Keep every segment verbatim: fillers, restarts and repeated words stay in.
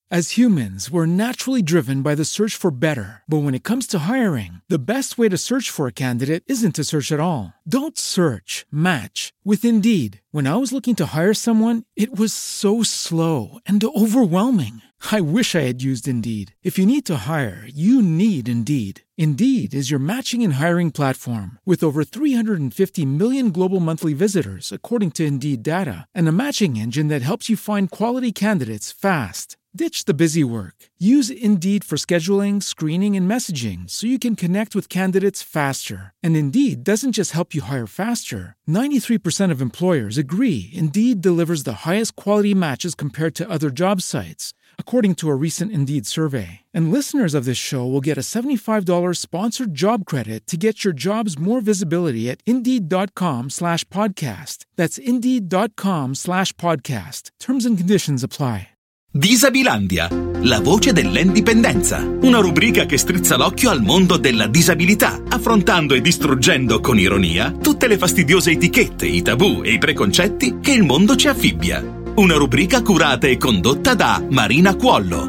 As humans, we're naturally driven by the search for better. But when it comes to hiring, the best way to search for a candidate isn't to search at all. Don't search, match with Indeed. When I was looking to hire someone, it was so slow and overwhelming. I wish I had used Indeed. If you need to hire, you need Indeed. Indeed is your matching and hiring platform with over three hundred fifty million global monthly visitors, according to Indeed data, and a matching engine that helps you find quality candidates fast. Ditch the busy work. Use Indeed for scheduling, screening, and messaging so you can connect with candidates faster. And Indeed doesn't just help you hire faster. ninety-three percent of employers agree Indeed delivers the highest quality matches compared to other job sites, according to a recent Indeed survey. And listeners of this show will get a seventy-five dollars sponsored job credit to get your jobs more visibility at Indeed.com slash podcast. That's Indeed.com slash podcast. Terms and conditions apply. Disabilandia, la voce dell'indipendenza. Una rubrica che strizza l'occhio al mondo della disabilità, affrontando e distruggendo con ironia tutte le fastidiose etichette, i tabù e i preconcetti che il mondo ci affibbia. Una rubrica curata e condotta da Marina Cuollo.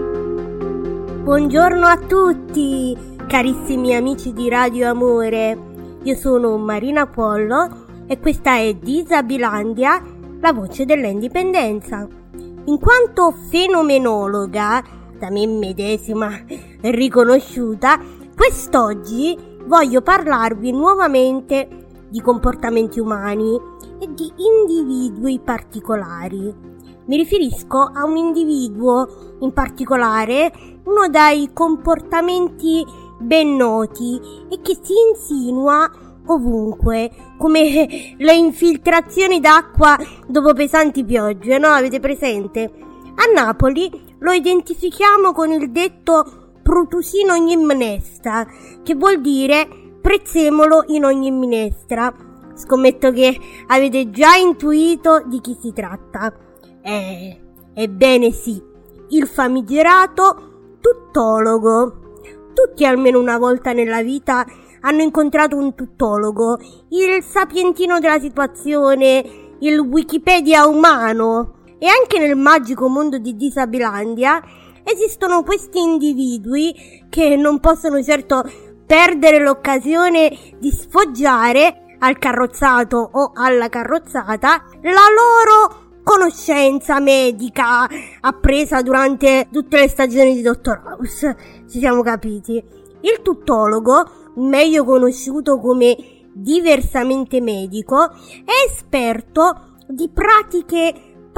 Buongiorno a tutti, carissimi amici di Radio Amore. Io sono Marina Cuollo e questa è Disabilandia, la voce dell'indipendenza. In quanto fenomenologa, da me medesima riconosciuta, quest'oggi voglio parlarvi nuovamente di comportamenti umani e di individui particolari. Mi riferisco a un individuo in particolare, uno dai comportamenti ben noti e che si insinua ovunque, come le infiltrazioni d'acqua dopo pesanti piogge, no? Avete presente? A Napoli lo identifichiamo con il detto prutusino ogni minestra, che vuol dire prezzemolo in ogni minestra. Scommetto che avete già intuito di chi si tratta. Eh, ebbene sì, il famigerato tuttologo. Tutti almeno una volta nella vita hanno incontrato un tuttologo, il sapientino della situazione, il Wikipedia umano. E anche nel magico mondo di Disabilandia esistono questi individui che non possono certo perdere l'occasione di sfoggiare al carrozzato o alla carrozzata la loro conoscenza medica appresa durante tutte le stagioni di Dottor House. Ci siamo capiti. Il tuttologo, meglio conosciuto come diversamente medico, è esperto di pratiche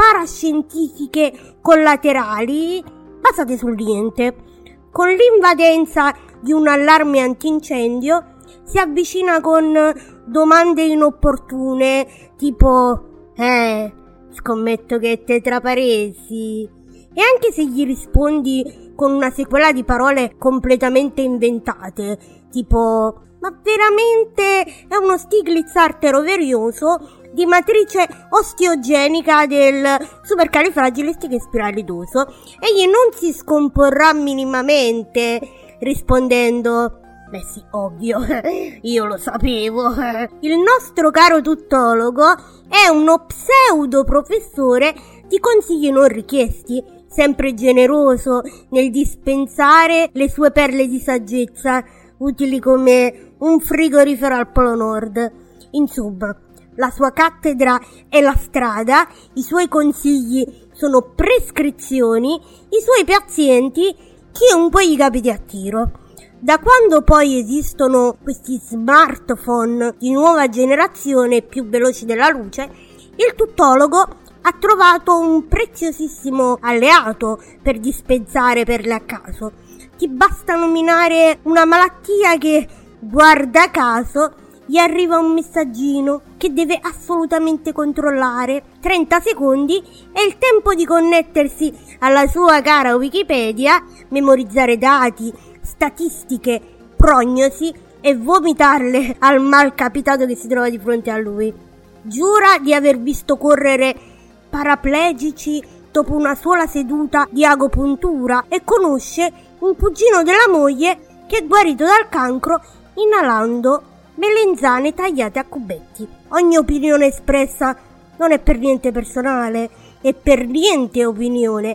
parascientifiche collaterali basate sul niente. Con l'invadenza di un allarme antincendio si avvicina con domande inopportune tipo eh, scommetto che te traparesi. E anche se gli rispondi con una sequela di parole completamente inventate, tipo ma veramente è uno Stiglitz arteroverioso di matrice osteogenica del supercalifragilistichespiralidoso, egli non si scomporrà minimamente rispondendo beh sì, ovvio, io lo sapevo. Il nostro caro tuttologo è uno pseudo professore di consigli non richiesti, sempre generoso nel dispensare le sue perle di saggezza, utili come un frigorifero al Polo Nord. Insomma, la sua cattedra è la strada, i suoi consigli sono prescrizioni, i suoi pazienti chiunque gli capiti a tiro. Da quando poi esistono questi smartphone di nuova generazione più veloci della luce, il tuttologo ha trovato un preziosissimo alleato per dispensare perle a caso. Ti basta nominare una malattia che, guarda caso, gli arriva un messaggino che deve assolutamente controllare. trenta secondi è il tempo di connettersi alla sua cara Wikipedia, memorizzare dati, statistiche, prognosi e vomitarle al malcapitato che si trova di fronte a lui. Giura di aver visto correre paraplegici dopo una sola seduta di agopuntura e conosce un cugino della moglie che è guarito dal cancro inalando melenzane tagliate a cubetti. Ogni opinione espressa non è per niente personale, è per niente opinione,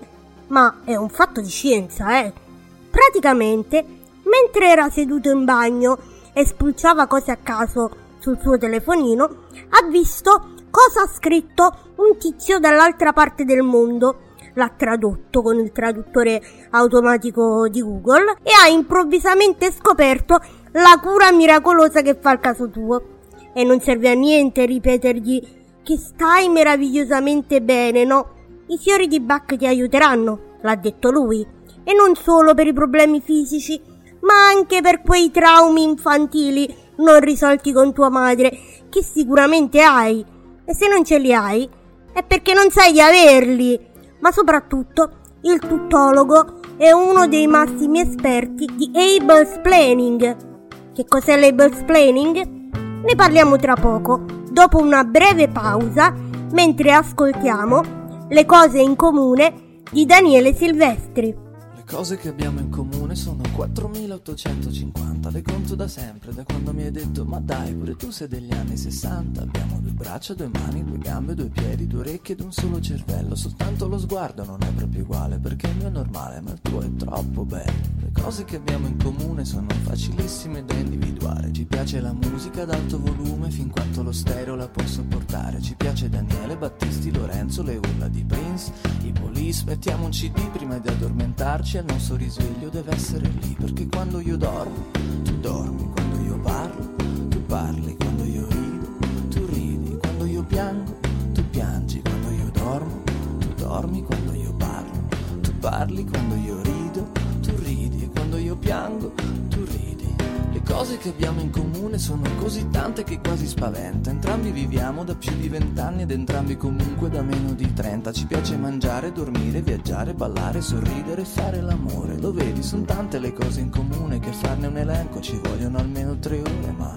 ma è un fatto di scienza, eh. Praticamente, mentre era seduto in bagno e spulciava cose a caso sul suo telefonino, ha visto cosa ha scritto un tizio dall'altra parte del mondo. L'ha tradotto con il traduttore automatico di Google e ha improvvisamente scoperto la cura miracolosa che fa il caso tuo. E non serve a niente ripetergli che stai meravigliosamente bene, no? I fiori di Bach ti aiuteranno, l'ha detto lui, e non solo per i problemi fisici, ma anche per quei traumi infantili non risolti con tua madre, che sicuramente hai. E se non ce li hai, è perché non sai di averli. Ma soprattutto, il tuttologo è uno dei massimi esperti di Able-splaining. Che cos'è l'Able-splaining? Ne parliamo tra poco, dopo una breve pausa, mentre ascoltiamo Le cose in comune di Daniele Silvestri. Le cose che abbiamo in comune sono quattromilaottocentocinquanta, le conto da sempre, da quando mi hai detto ma dai, pure tu sei degli anni sessanta. Abbiamo due braccia, due mani, due gambe, due piedi, due orecchie ed un solo cervello. Soltanto lo sguardo non è proprio uguale, perché il mio è normale ma il tuo è troppo bello. Le cose che abbiamo in comune sono facilissime da individuare. Ci piace la musica ad alto volume fin quanto lo stereo la può sopportare. Ci piace Daniele, Battisti, Lorenzo, le urla di Prince, i Police. Mettiamo un C D prima di addormentarci e il nostro risveglio deve essere lì, perché quando io dormo, tu dormi, quando io parlo, tu parli, quando io rido, tu ridi, quando io piango, tu piangi, quando io dormo, tu dormi, quando io parlo, tu parli, quando io rido, tu ridi, e quando io piango, tu ridi. Le cose che abbiamo in comune sono così tante che quasi spaventa. Entrambi viviamo da più di vent'anni ed entrambi comunque da meno di trenta. Ci piace mangiare, dormire, viaggiare, ballare, sorridere e fare l'amore. Lo vedi, sono tante le cose in comune che farne un elenco ci vogliono almeno tre ore. Ma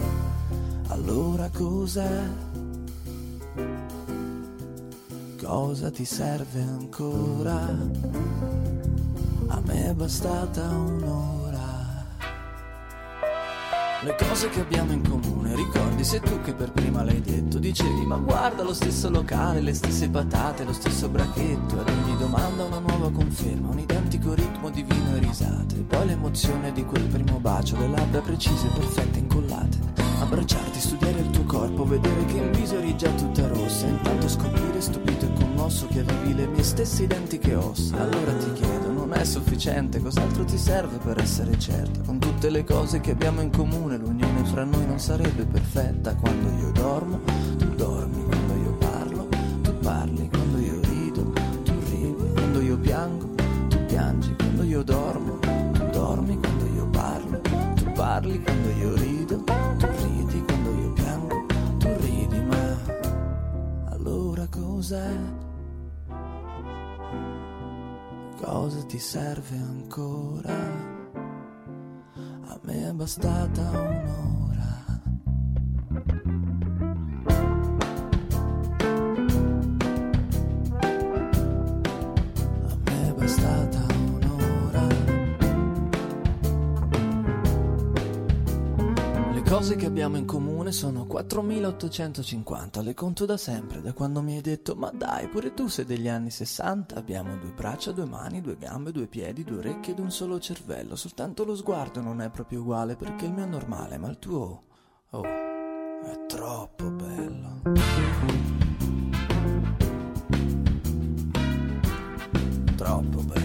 allora cos'è? Cosa ti serve ancora? A me è bastata un'ora. Le cose che abbiamo in comune, ricordi, sei tu che per prima l'hai detto. Dicevi ma guarda lo stesso locale, le stesse patate, lo stesso bracchetto. Ad ogni domanda una nuova conferma, un identico ritmo di vino e risate. E poi l'emozione di quel primo bacio, le labbra precise, perfette, incollate. Abbracciarti, studiare il tuo corpo, vedere che in viso eri già tutta rossa. E intanto scoprire stupito e commosso che avevi le mie stesse identiche ossa. Allora ti chiedo, non è sufficiente, cos'altro ti serve per essere certa? Con tutte le cose che abbiamo in comune, l'unione fra noi non sarebbe perfetta. Quando io dormo, tu dormi, quando io parlo, tu parli, quando io rido, tu ridi, quando io piango, tu piangi, quando io dormo, tu dormi, quando io parlo, tu parli, quando io rido, tu ridi, quando io piango, tu ridi. Ma allora cos'è? Cosa ti serve ancora? A me è bastata un'ora. A me è bastata un'ora. Le cose che abbiamo in comune sono quattromilaottocentocinquanta, le conto da sempre, da quando mi hai detto ma dai, pure tu sei degli anni sessanta. Abbiamo due braccia, due mani, due gambe, due piedi, due orecchie ed un solo cervello. Soltanto lo sguardo non è proprio uguale, perché il mio è normale ma il tuo, oh, è troppo bello. Troppo bello.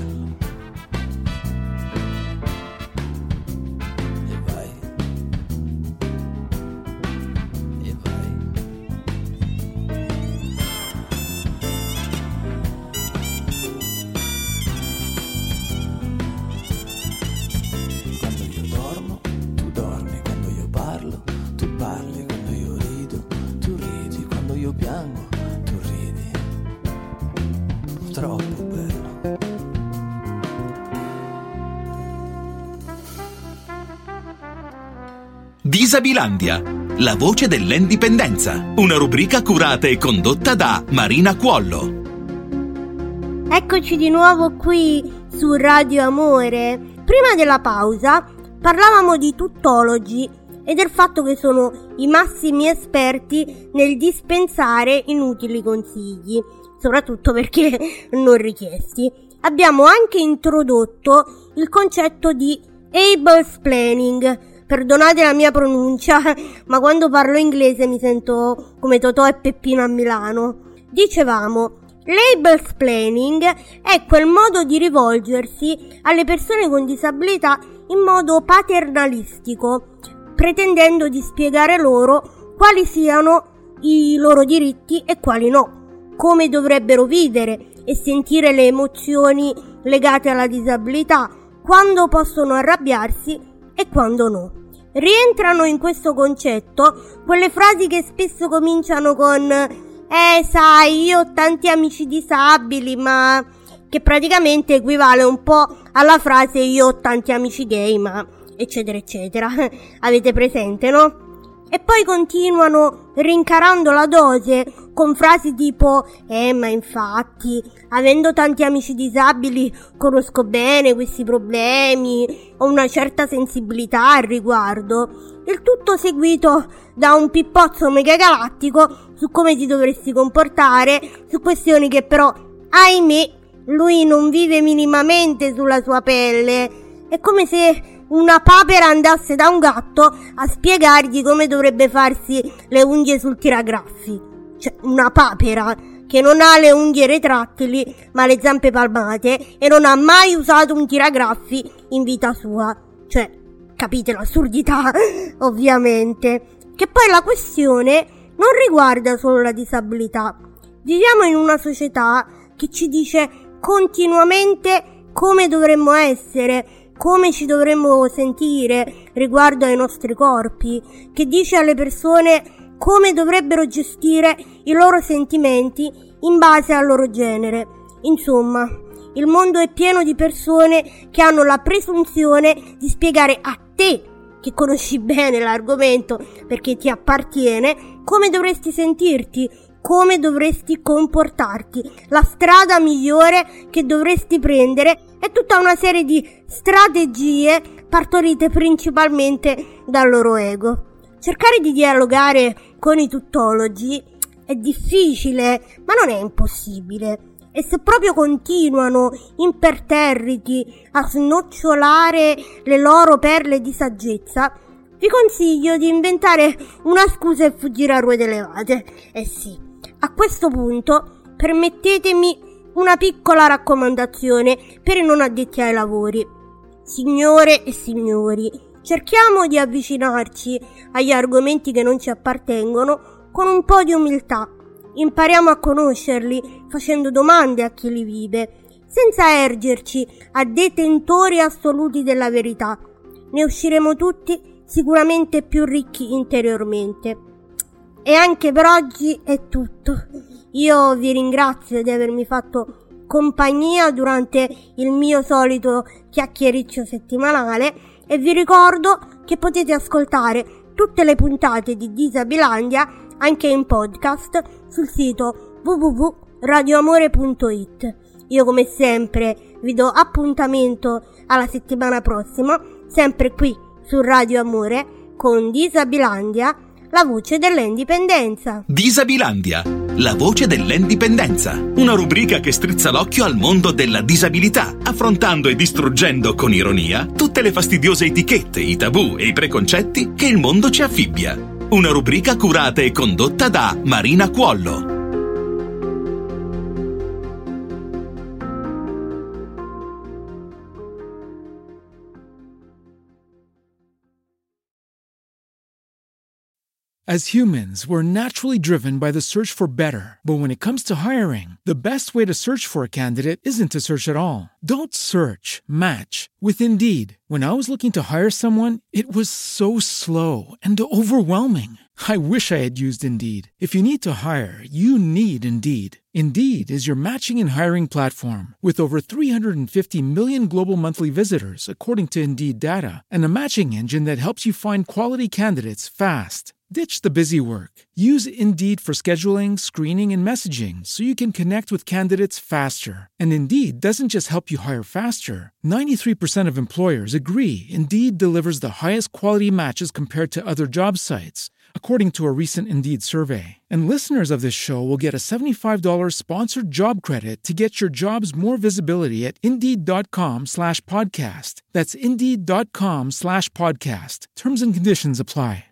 Troppo bello. Disabilandia, la voce dell'indipendenza, una rubrica curata e condotta da Marina Quollo. Eccoci di nuovo qui su Radio Amore. Prima della pausa parlavamo di tuttologi e del fatto che sono i massimi esperti nel dispensare inutili consigli, soprattutto perché non richiesti. abbiamo anche introdotto il concetto di ablesplaining. Perdonate la mia pronuncia, ma quando parlo inglese mi sento come Totò e Peppino a Milano. Dicevamo, l'ablesplaining è quel modo di rivolgersi alle persone con disabilità in modo paternalistico, pretendendo di spiegare loro quali siano i loro diritti e quali no, come dovrebbero vivere e sentire le emozioni legate alla disabilità, quando possono arrabbiarsi e quando no. Rientrano in questo concetto quelle frasi che spesso cominciano con Eh, sai, io ho tanti amici disabili, ma... che praticamente equivale un po' alla frase io ho tanti amici gay, ma... eccetera, eccetera. Avete presente, no? E poi continuano rincarando la dose con frasi tipo Eh, ma infatti, avendo tanti amici disabili, conosco bene questi problemi, ho una certa sensibilità al riguardo. Il tutto seguito da un pippozzo megagalattico su come ti dovresti comportare, su questioni che però, ahimè, lui non vive minimamente sulla sua pelle. È come se una papera andasse da un gatto a spiegargli come dovrebbe farsi le unghie sul tiragraffi. Cioè, una papera che non ha le unghie retrattili ma le zampe palmate e non ha mai usato un tiragraffi in vita sua. Cioè, capite l'assurdità, ovviamente. Che poi la questione non riguarda solo la disabilità. Viviamo in una società che ci dice continuamente come dovremmo essere, come ci dovremmo sentire riguardo ai nostri corpi, che dice alle persone come dovrebbero gestire i loro sentimenti in base al loro genere. Insomma, il mondo è pieno di persone che hanno la presunzione di spiegare a te, che conosci bene l'argomento perché ti appartiene, come dovresti sentirti, come dovresti comportarti, la strada migliore che dovresti prendere e tutta una serie di strategie partorite principalmente dal loro ego. Cercare di dialogare con i tuttologi è difficile, ma non è impossibile. E se proprio continuano imperterriti a snocciolare le loro perle di saggezza, vi consiglio di inventare una scusa e fuggire a ruote levate. Eh sì, a questo punto permettetemi una piccola raccomandazione per i non addetti ai lavori. Signore e signori, cerchiamo di avvicinarci agli argomenti che non ci appartengono con un po' di umiltà. Impariamo a conoscerli facendo domande a chi li vive, senza ergerci a detentori assoluti della verità. Ne usciremo tutti sicuramente più ricchi interiormente. E anche per oggi è tutto. Io vi ringrazio di avermi fatto compagnia durante il mio solito chiacchiericcio settimanale e vi ricordo che potete ascoltare tutte le puntate di Disabilandia anche in podcast sul sito w w w punto radioamore punto i t. Io come sempre vi do appuntamento alla settimana prossima, sempre qui su Radio Amore con Disabilandia, la voce dell'indipendenza. Disabilandia, la voce dell'indipendenza. Una rubrica che strizza l'occhio al mondo della disabilità, affrontando e distruggendo con ironia tutte le fastidiose etichette, i tabù e i preconcetti che il mondo ci affibbia. Una rubrica curata e condotta da Marina Cuollo. As humans, we're naturally driven by the search for better. But when it comes to hiring, the best way to search for a candidate isn't to search at all. Don't search, match with Indeed. When I was looking to hire someone, it was so slow and overwhelming. I wish I had used Indeed. If you need to hire, you need Indeed. Indeed is your matching and hiring platform with over three hundred fifty million global monthly visitors, according to Indeed data, and a matching engine that helps you find quality candidates fast. Ditch the busy work. Use Indeed for scheduling, screening, and messaging so you can connect with candidates faster. And Indeed doesn't just help you hire faster. ninety-three percent of employers agree Indeed delivers the highest quality matches compared to other job sites. according to a recent Indeed survey. And listeners of this show will get a seventy-five dollars sponsored job credit to get your jobs more visibility at Indeed.com slash podcast. That's Indeed.com slash podcast. Terms and conditions apply.